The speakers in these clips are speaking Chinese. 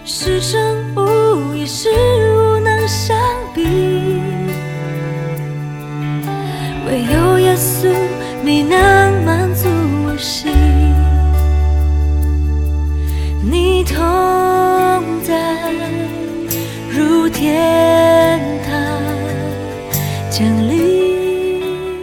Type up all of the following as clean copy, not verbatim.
是胜负也是无能相比，唯有耶稣你能满足我心，你同在如天堂降临。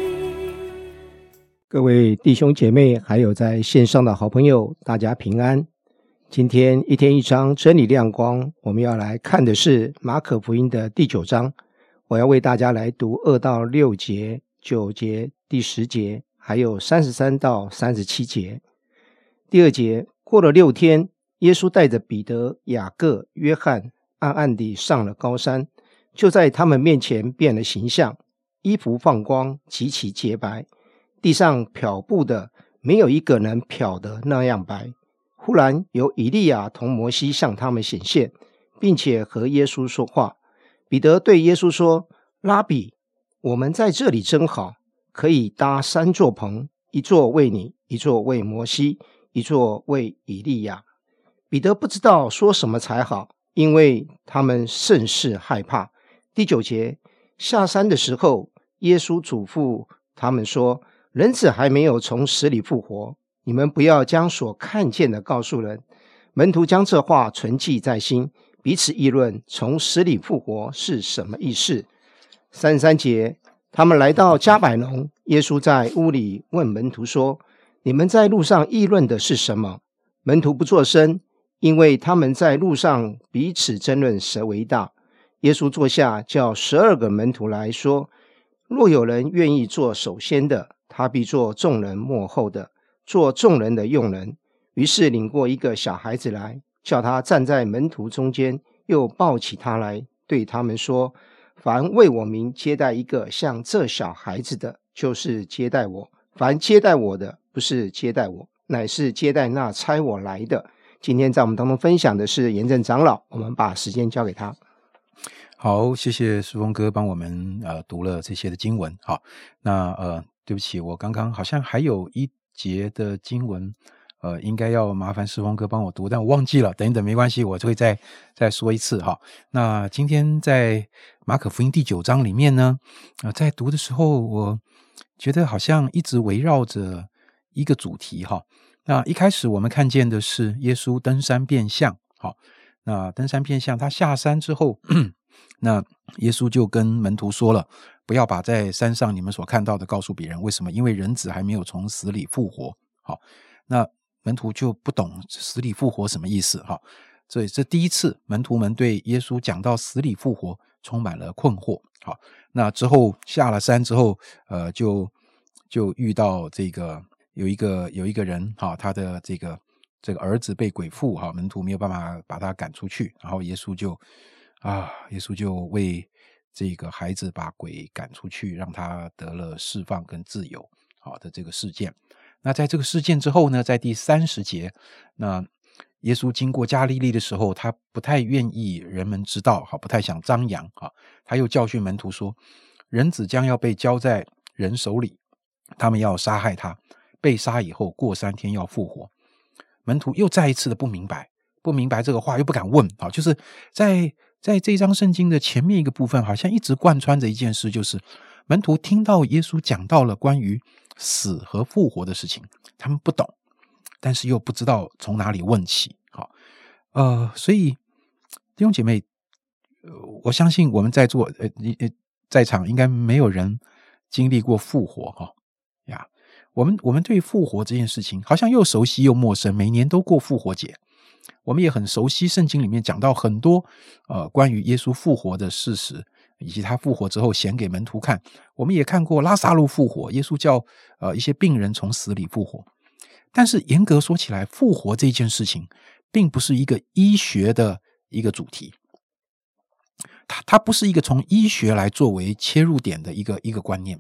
各位弟兄姐妹还有在线上的好朋友，大家平安。今天一天一章真理亮光，我们要来看的是马可福音的第9章，我要为大家来读2到6节、9节、第10节，还有33到37节。第2节，过了6天，耶稣带着彼得、雅各、约翰暗暗地上了高山，就在他们面前变了形象，衣服放光，极其洁白，地上漂布的没有一个能漂得那样白。忽然有以利亚同摩西向他们显现，并且和耶稣说话。彼得对耶稣说：拉比，我们在这里真好，可以搭3座棚，一座为你，一座为摩西，一座为以利亚。彼得不知道说什么才好，因为他们甚是害怕。第9节，下山的时候，耶稣嘱咐他们说：人子还没有从死里复活，你们不要将所看见的告诉人。门徒将这话存记在心，彼此议论从死里复活是什么意思。33节，他们来到迦百农，耶稣在屋里问门徒说：你们在路上议论的是什么？门徒不作声，因为他们在路上彼此争论谁为大。耶稣坐下，叫12个门徒来说：若有人愿意做首先的，他必做众人末后的，做众人的用人。于是领过一个小孩子来，叫他站在门徒中间，又抱起他来，对他们说：凡为我名接待一个像这小孩子的，就是接待我；凡接待我的，不是接待我，乃是接待那差我来的。今天在我们当中分享的是严正长老，我们把时间交给他。 好，谢谢书峰哥帮我们读了这些的经文。好，那对不起，我刚刚好像还有一节的经文应该要麻烦书峰哥帮我读，但我忘记了，等一等没关系，我就会再说一次哈。那今天在马可福音第9章里面呢在读的时候，我觉得好像一直围绕着一个主题哈。那一开始我们看见的是耶稣登山变相。好，那登山变相，他下山之后那耶稣就跟门徒说了，不要把在山上你们所看到的告诉别人。为什么？因为人子还没有从死里复活。好，那门徒就不懂死里复活什么意思。好，所以这第一次门徒们对耶稣讲到死里复活充满了困惑。好，那之后下了山之后就遇到这个有一个人他的这个儿子被鬼附，门徒没有办法把他赶出去，然后耶稣就为这个孩子把鬼赶出去，让他得了释放跟自由的这个事件。那在这个事件之后呢，在第30节，那耶稣经过加利利的时候，他不太愿意人们知道，不太想张扬，他又教训门徒说：人子将要被交在人手里，他们要杀害他，被杀以后过3天要复活。门徒又再一次的不明白这个话，又不敢问。就是在这一章圣经的前面一个部分，好像一直贯穿着一件事，就是门徒听到耶稣讲到了关于死和复活的事情，他们不懂，但是又不知道从哪里问起。所以弟兄姐妹，我相信我们在座在场应该没有人经历过复活呀。我们对复活这件事情好像又熟悉又陌生，每年都过复活节，我们也很熟悉圣经里面讲到很多关于耶稣复活的事实，以及他复活之后显给门徒看。我们也看过拉撒路复活，耶稣叫一些病人从死里复活。但是严格说起来，复活这件事情并不是一个医学的一个主题，它不是一个从医学来作为切入点的一个观念。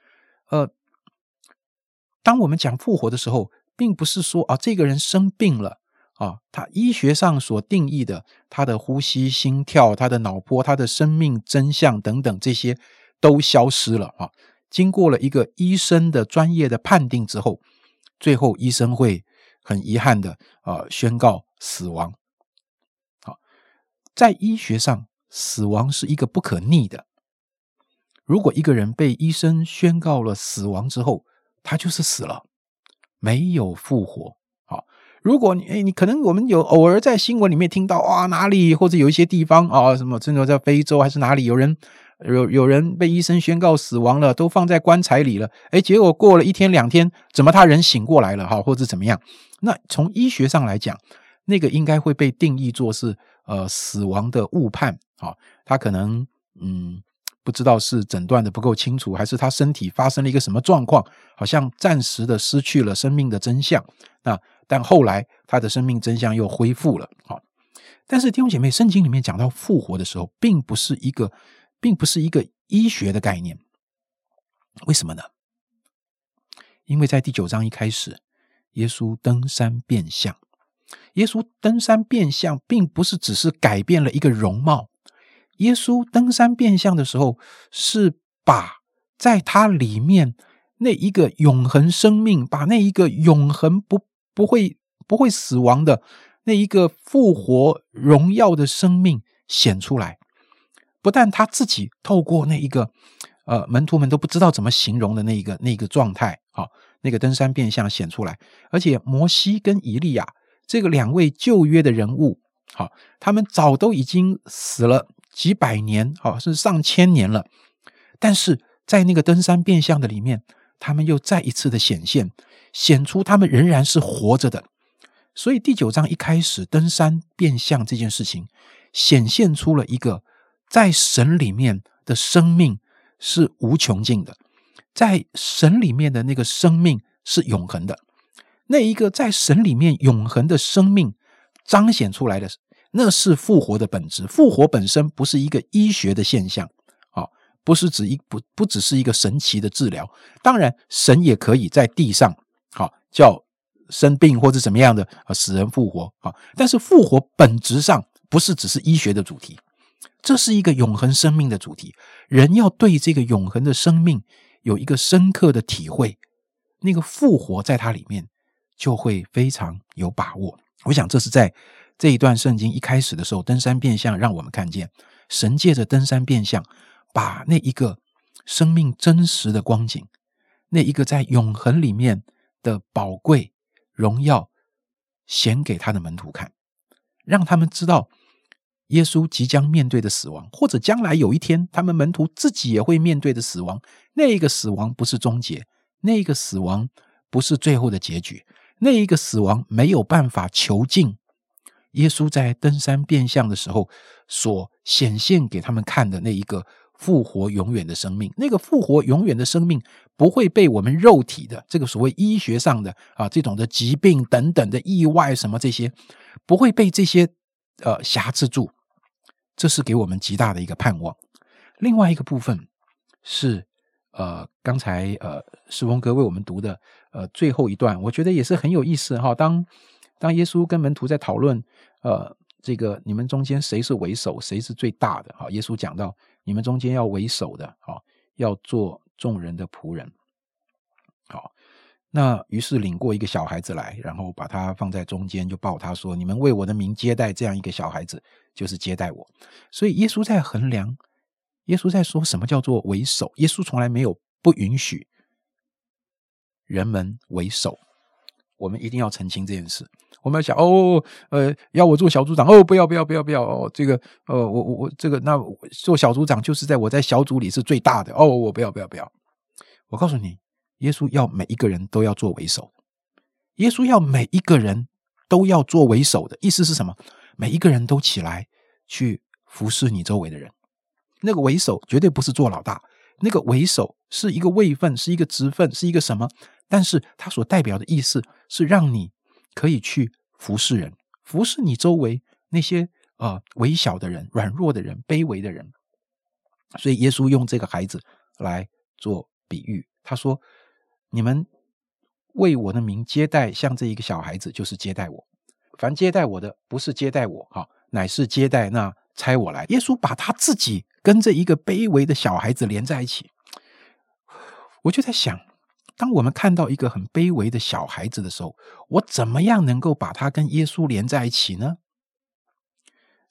当我们讲复活的时候，并不是说这个人生病了他医学上所定义的他的呼吸、心跳、他的脑波、他的生命真相等等，这些都消失了经过了一个医生的专业的判定之后，最后医生会很遗憾的宣告死亡。 在医学上，死亡是一个不可逆的。如果一个人被医生宣告了死亡之后，他就是死了，没有复活。好，如果你可能我们偶尔在新闻里面听到哪里或者有一些地方什么真的在非洲还是哪里有人被医生宣告死亡了，都放在棺材里了，结果过了1天2天，怎么他人醒过来了或者怎么样？那从医学上来讲，那个应该会被定义作是死亡的误判。他可能不知道是诊断的不够清楚，还是他身体发生了一个什么状况，好像暂时的失去了生命的真相。但后来他的生命真相又恢复了。但是弟兄姐妹，圣经里面讲到复活的时候，并不是一个医学的概念。为什么呢？因为在第9章一开始，耶稣登山变相。耶稣登山变相并不是只是改变了一个容貌，耶稣登山变相的时候，是把在他里面那一个永恒生命，把那一个永恒不会死亡的那一个复活荣耀的生命显出来。不但他自己透过那一个门徒们都不知道怎么形容的那个状态，那个登山变相显出来，而且摩西跟以利亚这个2位旧约的人物，他们早都已经死了几百年，是上千年了，但是在那个登山变相的里面，他们又再一次的显出他们仍然是活着的。所以第9章一开始登山变相这件事情，显现出了一个在神里面的生命是无穷尽的，在神里面的那个生命是永恒的，那一个在神里面永恒的生命彰显出来的，那是复活的本质。复活本身不是一个医学的现象，不只是一个神奇的治疗。当然神也可以在地上叫生病或者怎么样的死人复活，但是复活本质上不是只是医学的主题，这是一个永恒生命的主题。人要对这个永恒的生命有一个深刻的体会，那个复活在它里面就会非常有把握。我想这是在这一段圣经一开始的时候，登山变相让我们看见神借着登山变相，把那一个生命真实的光景，那一个在永恒里面的宝贵荣耀显给他的门徒看，让他们知道耶稣即将面对的死亡，或者将来有一天他们门徒自己也会面对的死亡。那一个死亡不是终结，那一个死亡不是最后的结局，那一个死亡没有办法囚禁耶稣在登山变相的时候所显现给他们看的那一个复活永远的生命。那个复活永远的生命不会被我们肉体的这个所谓医学上的这种的疾病等等的意外什么这些，不会被这些辖制住，这是给我们极大的一个盼望。另外一个部分是刚才世峰哥为我们读的最后一段，我觉得也是很有意思哈。当耶稣跟门徒在讨论这个你们中间谁是为首，谁是最大的，耶稣讲到你们中间要为首的要做众人的仆人。好，那于是领过一个小孩子来，然后把他放在中间，就抱他说，你们为我的名接待这样一个小孩子，就是接待我。所以耶稣在衡量，耶稣在说什么叫做为首。耶稣从来没有不允许人们为首，我们一定要澄清这件事。我们要想要我做小组长不要这个我这个那做小组长就是我在小组里是最大的我不要。我告诉你，耶稣要每一个人都要做为首，耶稣要每一个人都要做为首的意思是什么？每一个人都起来去服侍你周围的人。那个为首绝对不是做老大，那个为首是一个位分，是一个职分，是一个什么，但是它所代表的意思是让你可以去服侍人，服侍你周围那些微小的人、软弱的人、卑微的人。所以耶稣用这个孩子来做比喻，他说你们为我的名接待像这一个小孩子，就是接待我。凡接待我的不是接待我乃是接待那差我来。耶稣把他自己跟这一个卑微的小孩子连在一起。我就在想，当我们看到一个很卑微的小孩子的时候，我怎么样能够把他跟耶稣连在一起呢？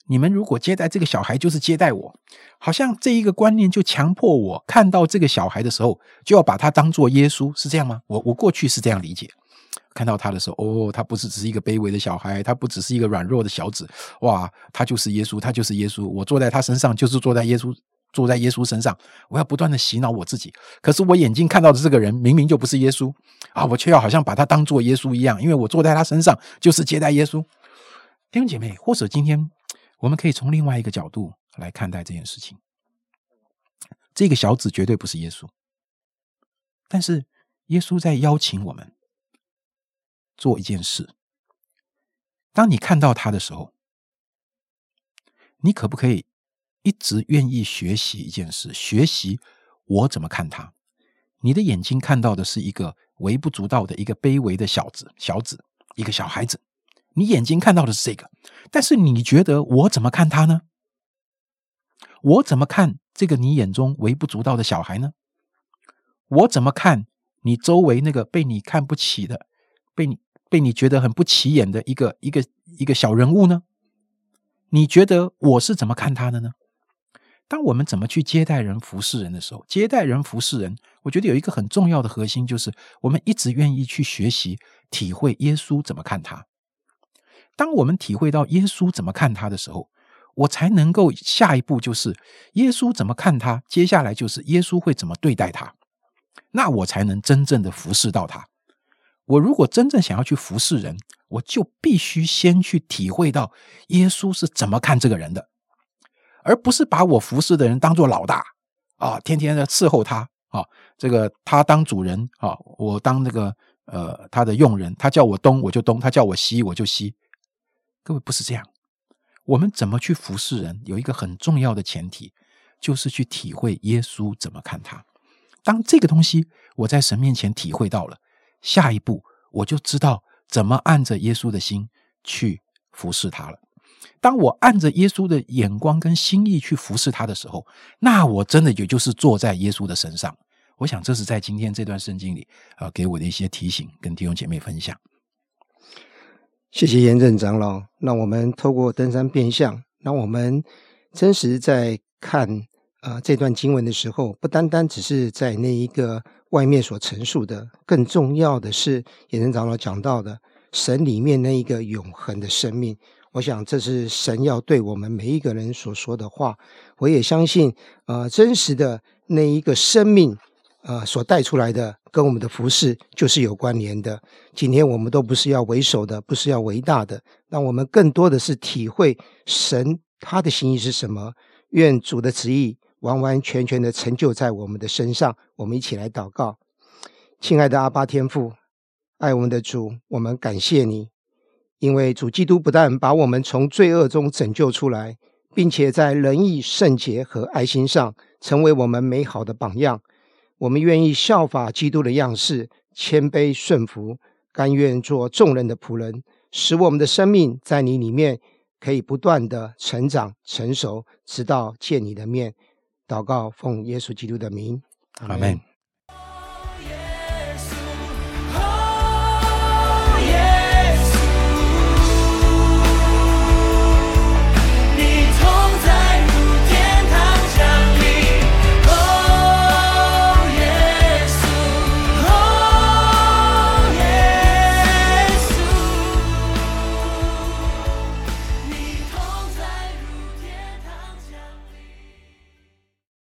你们如果接待这个小孩就是接待我，好像这一个观念就强迫我看到这个小孩的时候就要把他当作耶稣，是这样吗？我过去是这样理解，看到他的时候，他不是只是一个卑微的小孩，他不只是一个软弱的小子，哇，他就是耶稣，他就是耶稣，我坐在他身上就是坐在耶稣身上，我要不断的洗脑我自己。可是我眼睛看到的这个人明明就不是耶稣啊，我却要好像把他当作耶稣一样，因为我坐在他身上就是接待耶稣。弟兄姐妹，或者今天我们可以从另外一个角度来看待这件事情。这个小子绝对不是耶稣，但是耶稣在邀请我们做一件事。当你看到他的时候，你可不可以一直愿意学习一件事，学习我怎么看他？你的眼睛看到的是一个微不足道的一个卑微的小子，一个小孩子，你眼睛看到的是这个，但是你觉得我怎么看他呢？我怎么看这个你眼中微不足道的小孩呢？我怎么看你周围那个被你看不起的，被你觉得很不起眼的一个小人物呢？你觉得我是怎么看他的呢？当我们怎么去接待人服侍人的时候，接待人服侍人，我觉得有一个很重要的核心，就是我们一直愿意去学习体会耶稣怎么看他。当我们体会到耶稣怎么看他的时候，我才能够下一步就是耶稣怎么看他，接下来就是耶稣会怎么对待他，那我才能真正的服侍到他。我如果真正想要去服侍人，我就必须先去体会到耶稣是怎么看这个人的，而不是把我服侍的人当作老大啊，天天的伺候他啊，这个他当主人啊，我当那个他的佣人，他叫我东我就东，他叫我西我就西。各位，不是这样。我们怎么去服侍人，有一个很重要的前提，就是去体会耶稣怎么看他。当这个东西我在神面前体会到了，下一步我就知道怎么按着耶稣的心去服侍他了。当我按着耶稣的眼光跟心意去服侍他的时候，那我真的也就是坐在耶稣的身上。我想这是在今天这段圣经里给我的一些提醒，跟弟兄姐妹分享。 谢谢严正长老，让我们透过登山变相，让我们真实在看这段经文的时候，不单单只是在那一个外面所陈述的，更重要的是严正长老讲到的神里面那一个永恒的生命。我想这是神要对我们每一个人所说的话。我也相信真实的那一个生命所带出来的跟我们的服事就是有关联的。今天我们都不是要为首的，不是要为大的，让我们更多的是体会神他的心意是什么。愿主的旨意完完全全的成就在我们的身上。我们一起来祷告。亲爱的阿爸天父，爱我们的主，我们感谢你，因为主基督不但把我们从罪恶中拯救出来，并且在仁义、圣洁和爱心上成为我们美好的榜样。我们愿意效法基督的样式，谦卑顺服，甘愿做众人的仆人，使我们的生命在你里面可以不断的成长成熟，直到见你的面。祷告奉耶稣基督的名， 阿们。